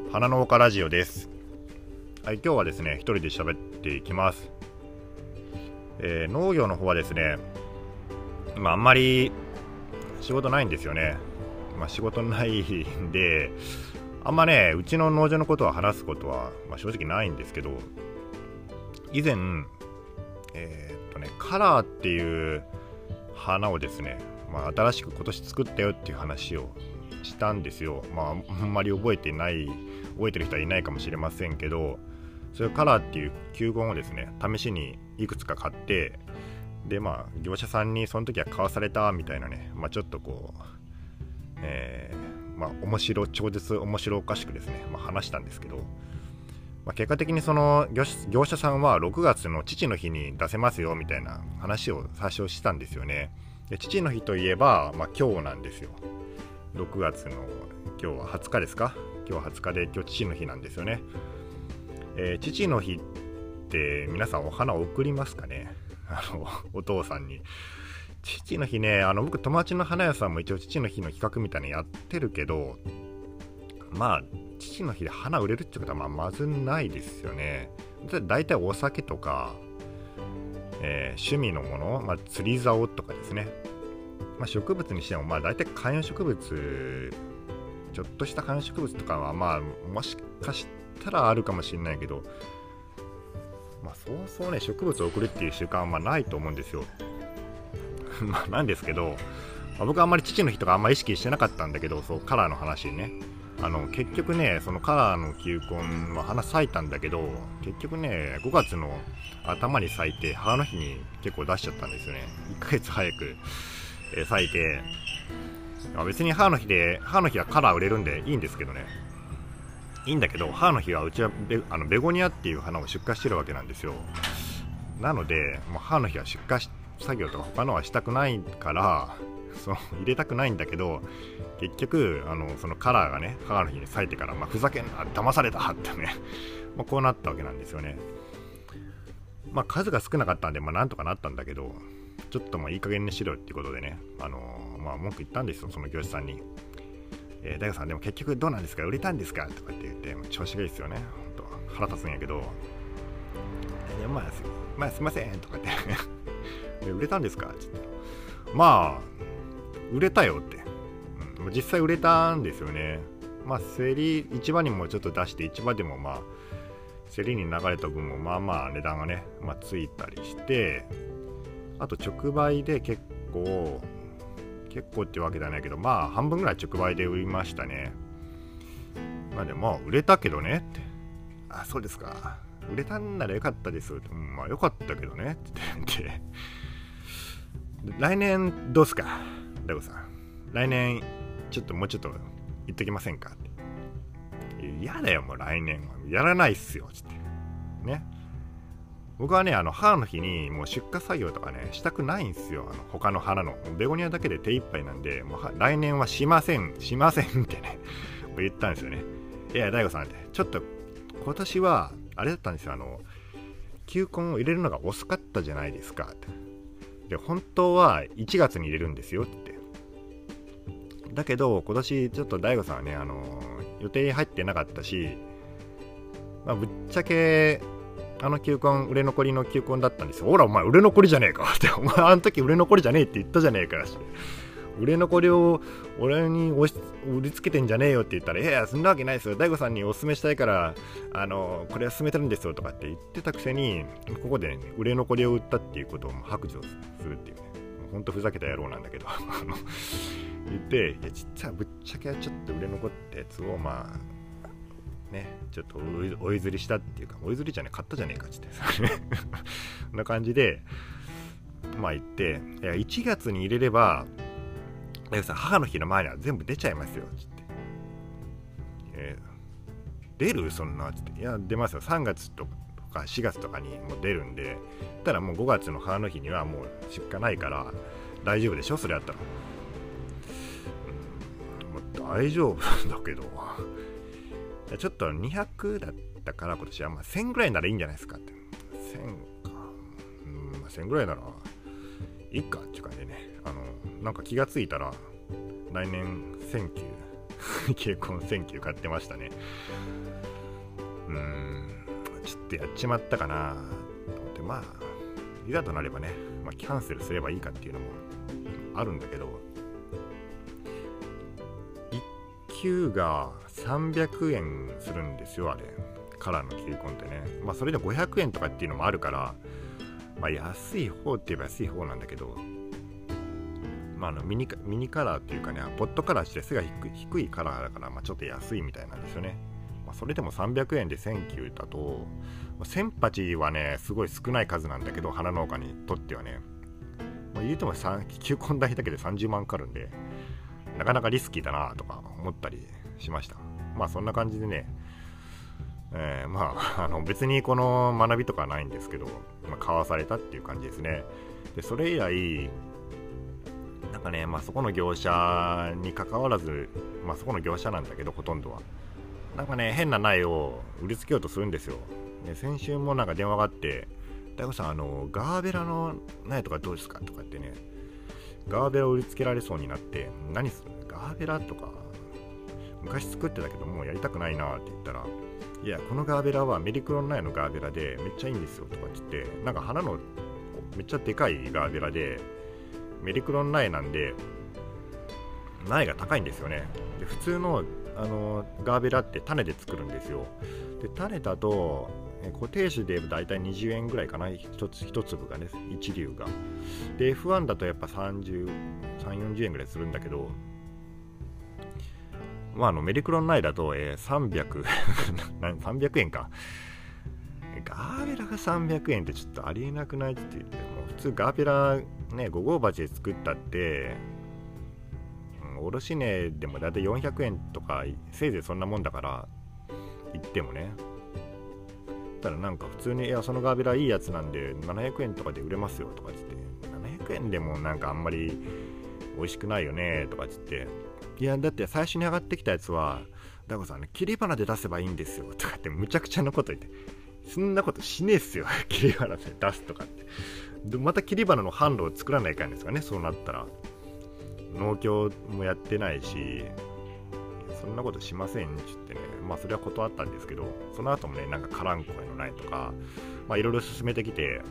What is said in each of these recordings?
花農家ラジオです。はい、今日はですね、一人で喋っていきます。農業の方はですね、あんまり仕事ないんですよね。仕事ないんで、あんまね、うちの農場のことは話すことは、正直ないんですけど、以前、カラーっていう花をですね、新しく今年作ったよっていう話をしたんですよ。あんまり覚えてる人はいないかもしれませんけど、そういうカラーっていう球根をですね、試しにいくつか買って、で業者さんにその時は買わされたみたいなね、ちょっとこう、超絶面白おかしくですね、話したんですけど、結果的にその業者さんは6月の父の日に出せますよみたいな話を最初したんですよね。で、父の日といえば、今日なんですよ。6月の今日は20日ですか。今日は20日で、今日父の日なんですよね。父の日って皆さんお花を贈りますかね。お父さんに。父の日ね、僕友達の花屋さんも一応父の日の企画みたいなのやってるけど、父の日で花売れるってことはまずないですよね。だいたいお酒とか、趣味のもの、釣り竿とかですね。植物にしてもだいたい観葉植物、ちょっとした観葉植物とかはもしかしたらあるかもしれないけど、そうね、植物を送るっていう習慣はないと思うんですよ。なんですけど、僕はあんまり父の日とかあんまり意識してなかったんだけど、そうカラーの話ね、結局ね、そのカラーの球根は花咲いたんだけど、結局ね、5月の頭に咲いて母の日に結構出しちゃったんですよね。1ヶ月早く、咲いて、別に母の日はカラー売れるんでいいんですけどね、いいんだけど、母の日はうちはベゴニアっていう花を出荷してるわけなんですよ。なのでもう母の日は出荷作業とか他のはしたくないから、入れたくないんだけど、結局そのカラーがね、母の日に咲いてから、ふざけんな、騙されたってねこうなったわけなんですよね。数が少なかったんでなんとかなったんだけど、ちょっといい加減にしろっていうことでね、文句言ったんですよ、その業者さんに。大悟さん、でも結局どうなんですか、売れたんですかとかって言って、調子がいいですよね。本当腹立つんやけど、すいませんとかって売れたんですかって言って、売れたよって、実際売れたんですよね。競り市場にもちょっと出して、市場でも競りに流れた分も値段がね、ついたりして、あと直売で結構っていうわけではないけど、半分ぐらい直売で売りましたね。でも売れたけどねって。あ、そうですか、売れたんならよかったですって。よかったけどねって言って来年どうすか大悟さん、来年もうちょっと言っときませんかって。嫌だよ、もう来年はやらないっすよってね。僕はね、母の日にもう出荷作業とかね、したくないんですよ。他の花のベゴニアだけで手一杯なんで、もう来年はしませんってね言ったんですよね。いや、大悟さんって、ちょっと今年はあれだったんですよ。球根を入れるのが遅かったじゃないですかって。で、本当は1月に入れるんですよって。だけど今年ちょっと大悟さんはね、予定入ってなかったし、ぶっちゃけ球根、売れ残りの球根だったんですよ。ほら、お前、売れ残りじゃねえかって。お前、あの時売れ残りじゃねえって言ったじゃねえかって。売れ残りを俺に売りつけてんじゃねえよって言ったら、いや、そんなわけないですよ。大悟さんにお勧めしたいから、これは勧めてるんですよとかって言ってたくせに、ここでね、売れ残りを売ったっていうことを白状するっていうね。ほんとふざけた野郎なんだけど。言って、いや、実はぶっちゃけちょっと売れ残ったやつを、ちょっとお譲りしたっていうか、お譲りじゃねえ、買ったじゃねえかってこんな感じで言って、いや1月に入れれば母の日の前には全部出ちゃいますよって言って、出るそんなって言って、いや出ますよ、3月とか4月とかにもう出るんで、ただもう5月の母の日にはもう出荷ないから大丈夫でしょ、それやったら。もう大丈夫だけど、ちょっと200だったから今年は1000ぐらいならいいんじゃないですかって。1000か、1000ぐらいならいいかっていう感じでね、なんか気がついたら来年球根1000球買ってましたね。ちょっとやっちまったかなと思って、まあいざとなればね、キャンセルすればいいかっていうのもあるんだけど、1球が300円するんですよ、あれカラーの球根ってね。それで500円とかっていうのもあるから、安い方って言えば安い方なんだけど、ミニカラーっていうかね、ポットカラーして背が低いカラーだから、ちょっと安いみたいなんですよね。それでも300円で1000球だと、1000鉢はねすごい少ない数なんだけど、花農家にとってはね、言うても球根代だけで30万かかるんで、なかなかリスキーだなとか思ったりしました。そんな感じでね、別にこの学びとかはないんですけど、買わされたっていう感じですね。でそれ以来なんかね、そこの業者に関わらず、そこの業者なんだけど、ほとんどはなんかね、変な苗を売りつけようとするんですよ。で先週もなんか電話があって、大悟さんガーベラの苗とかどうですかとかってね、ガーベラを売りつけられそうになって、何するガーベラとか昔作ってたけどもうやりたくないなって言ったら、いやこのガーベラはメリクロン苗のガーベラでめっちゃいいんですよとかって言って、なんか花のめっちゃでかいガーベラでメリクロン苗なんで苗が高いんですよね。で普通のガーベラって種で作るんですよ。で種だと固定種でだいたい20円ぐらいかな、一粒がね、一粒が。で F1 だとやっぱ30、40円ぐらいするんだけど、メリクロン苗だと、300 300円か。ガーベラが300円ってちょっとありえなくないって言って、も普通ガーベラね5号鉢で作ったって卸値でもだいたい400円とかせいぜいそんなもんだから言ってもね。ただなんか普通に、いやそのガーベラいいやつなんで700円とかで売れますよとか言って、700円でもなんかあんまり美味しくないよねとか言って、いやだって最初に上がってきたやつは大悟さん切り花で出せばいいんですよとかってむちゃくちゃなこと言って、そんなことしねえっすよ切り花で出すとかって。でまた切り花の販路を作らないかんですかね、そうなったら。農協もやってないし、そんなことしませんって言ってね、それは断ったんですけど、その後もね、なんかカランコエの苗とか、いろいろ進めてきて、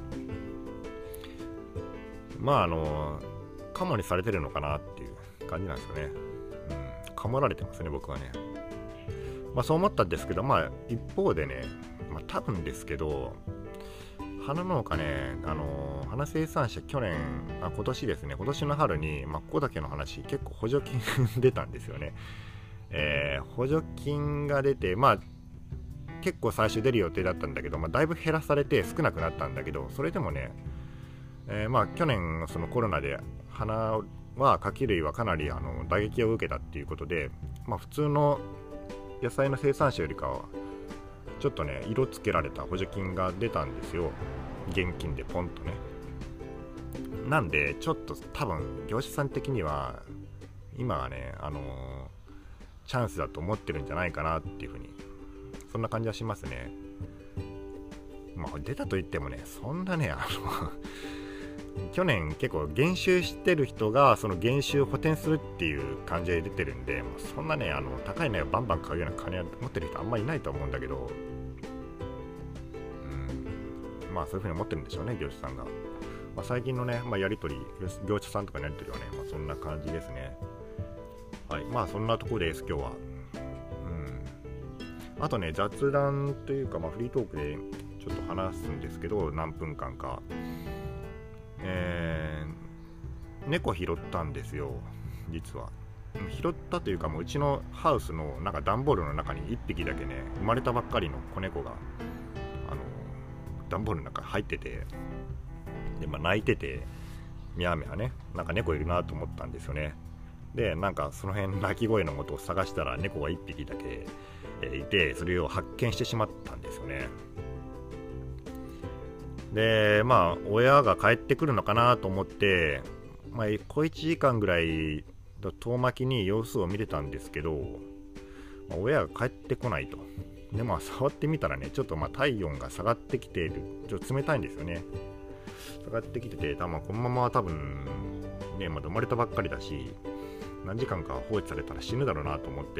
カモにされてるのかなっていう感じなんですよね。カモられてますね、僕はね。そう思ったんですけど、一方でね、多分ですけど、花農家ね、花生産者今年ですね、今年の春にマッコダケの話結構補助金出たんですよね。補助金が出て、結構最初出る予定だったんだけど、だいぶ減らされて少なくなったんだけど、それでもね、去年そのコロナで花は花器類はかなり打撃を受けたっていうことで、普通の野菜の生産者よりかはちょっとね色つけられた補助金が出たんですよ、現金でポンとね。なんでちょっと多分業者さん的には今はねチャンスだと思ってるんじゃないかなっていうふうに、そんな感じはしますね。出たと言ってもね、そんなね去年結構減収してる人がその減収を補填するっていう感じで出てるんで、そんなね高い苗をバンバン買うような金を持ってる人あんまりいないと思うんだけど、そういうふうに思ってるんでしょうね、業者さんが。最近のね、やり取り、業者さんとかのやり取りはね、そんな感じですね。はい、そんなところです今日は。あとね、雑談というか、フリートークでちょっと話すんですけど、何分間か。猫拾ったんですよ、実は。拾ったというか、もううちのハウスのなんか段ボールの中に1匹だけね、生まれたばっかりの子猫が段ボールの中入ってて、で、泣いてて、ミャーミャーね、なんか猫いるなと思ったんですよね。で、なんかその辺鳴き声の元を探したら猫が1匹だけいて、それを発見してしまったんですよね。で、親が帰ってくるのかなと思って、小1時間ぐらい遠巻きに様子を見てたんですけど、親が帰ってこないと。で、触ってみたらね、ちょっと体温が下がってきている、ちょっと冷たいんですよね。下がってきてて、このまま多分ね、まだ生まれたばっかりだし、 何時間か放置されたら死ぬだろうなと思って、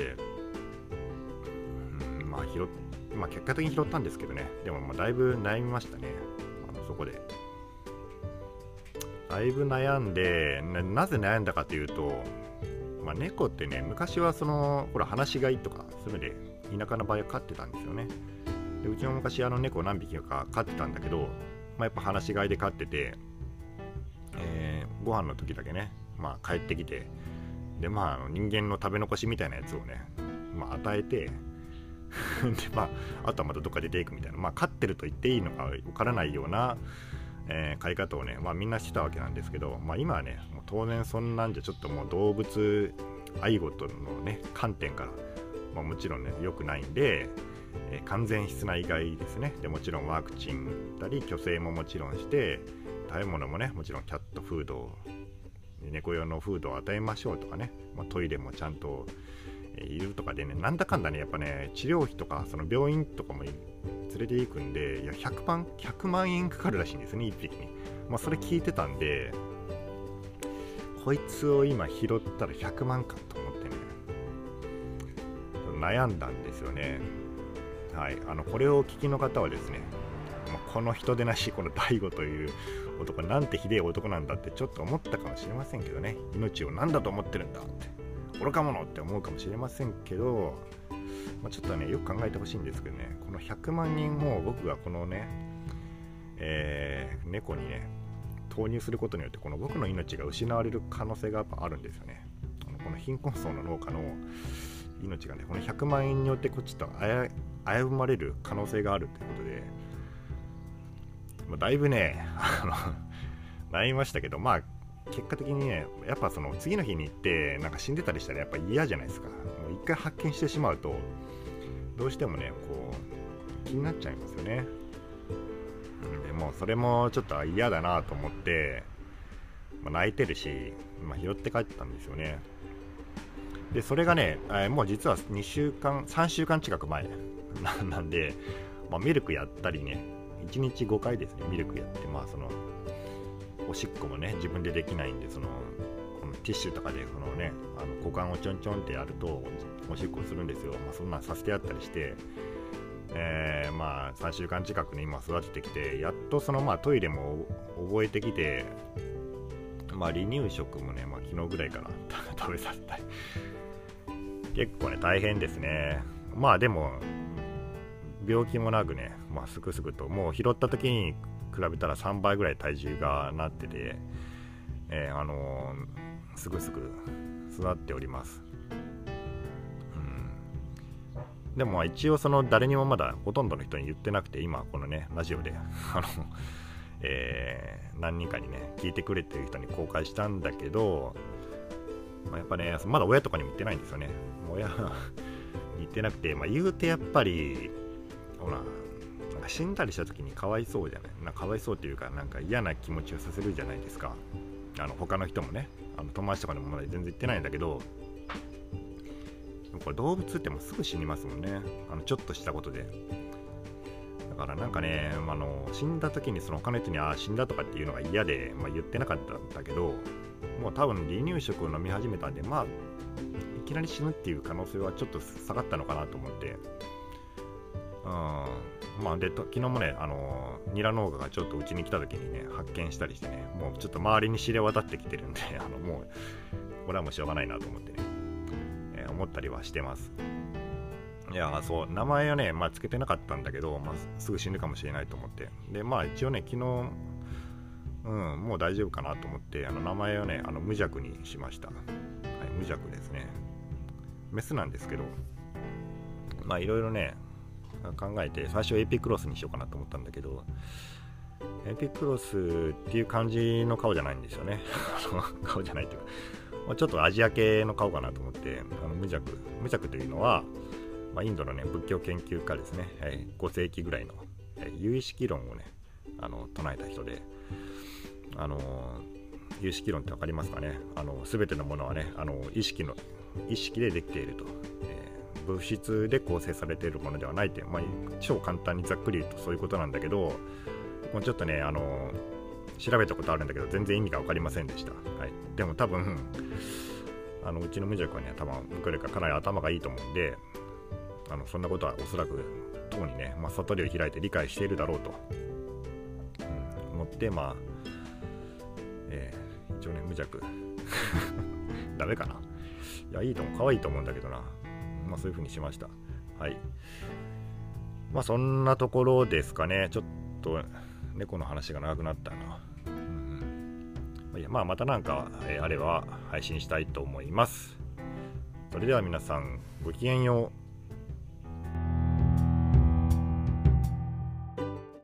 結果的に拾ったんですけどね。でもだいぶ悩みましたね。そこでだいぶ悩んで、なぜ悩んだかというと、猫ってね、昔はほら放し飼いとかそういうので田舎の場合は飼ってたんですよね。でうちも昔猫何匹か飼ってたんだけど、やっぱ放し飼いで飼ってて、ご飯の時だけね、帰ってきて、で人間の食べ残しみたいなやつをね、与えてであとはまたどっか出ていくみたいな、飼ってると言っていいのか分からないような、飼い方をね、みんなしてたわけなんですけど、今はね、もう当然そんなんじゃちょっともう動物愛護とのね観点から、もちろんね良くないんで、完全室内外ですね。でもちろんワクチンだり去勢ももちろんして、食べ物もねもちろんキャットフード、猫用のフードを与えましょうとかね、トイレもちゃんといるとかでね、なんだかんだね、やっぱね治療費とかその病院とかも連れて行くんで、いや100万円かかるらしいんですね、1匹に。それ聞いてたんで、こいつを今拾ったら100万かと思ってね、悩んだんですよね。はい、これをお聞きの方はですね、この人でなし、この大悟という男なんてひでえ男なんだってちょっと思ったかもしれませんけどね。命を何だと思ってるんだって、愚か者って思うかもしれませんけど、ちょっとねよく考えてほしいんですけどね、この100万人も僕がこのね、猫にね投入することによって、この僕の命が失われる可能性がやっぱあるんですよね。この貧困層の農家の命がね、この100万円によってこっちと危ぶまれる可能性があるということで、だいぶね悩みましたけど、結果的にね、やっぱその次の日に行ってなんか死んでたりしたらやっぱ嫌じゃないですか。もう一回発見してしまうとどうしてもねこう気になっちゃいますよね。でもうそれもちょっと嫌だなと思って、泣いてるし、拾って帰ったんですよね。でそれがね、もう実は3週間近く前なんで、ミルクやったりね、1日5回ですね、ミルクやって、そのおしっこもね自分でできないんで、このティッシュとかでこのね股間をちょんちょんってやるとおしっこするんですよ。そんなんさせてやったりして、3週間近くに今育ててきて、やっとそのトイレも覚えてきて、離乳食もね、昨日ぐらいから食べさせたり、結構ね大変ですね。でも病気もなくね、すくすくと、もう拾った時に比べたら3倍ぐらい体重がなってて、すぐすぐ育っております。でも一応その誰にもまだほとんどの人に言ってなくて、今このねラジオで何人かにね聞いてくれてる人に公開したんだけど、やっぱねまだ親とかにも言ってないんですよね。親に言ってなくて、言うてやっぱりほらなんか死んだりした時にかわいそうじゃない、かわいそうっていうか、なんか嫌な気持ちをさせるじゃないですか。他の人もね、友達とかでもまだ全然言ってないんだけど、これ動物ってもうすぐ死にますもんね、ちょっとしたことで。だからなんかね、死んだ時にその他の人に死んだとかっていうのが嫌で、言ってなかったんだけど、もう多分離乳食を飲み始めたんで、いきなり死ぬっていう可能性はちょっと下がったのかなと思って、で昨日もねニラ農家がちょっとうちに来た時にね発見したりしてね、もうちょっと周りに知れ渡ってきてるんで、もうこれはもうしょうがないなと思ってね、思ったりはしてます。いやそう名前はねつけてなかったんだけど、すぐ死ぬかもしれないと思って、で一応ね昨日もう大丈夫かなと思って名前をね無弱にしました。はい、無弱ですね。メスなんですけど、いろいろね考えて、最初エピクロスにしようかなと思ったんだけど、エピクロスっていう感じの顔じゃないんですよね顔じゃないというか、ちょっとアジア系の顔かなと思って、無弱というのは、インドのね仏教研究家ですね、5世紀ぐらいの、有意識論をね唱えた人で、有識論って分かりますかね。全てのものはね意識でできていると、物質で構成されているものではないって、超簡単にざっくり言うとそういうことなんだけど、もうちょっとね調べたことあるんだけど全然意味が分かりませんでした。はい、でも多分うちの無邪気はね、多分僕らがかなり頭がいいと思うんで、そんなことはおそらくとうにね、悟りを開いて理解しているだろうと、思って、一応ね、無邪気ダメかな。いや、いいと思う、可愛いと思うんだけどな。そういう風にしました。はい。そんなところですかね。ちょっと猫の話が長くなったな。またなんか、あれば配信したいと思います。それでは皆さん、ごきげんよう。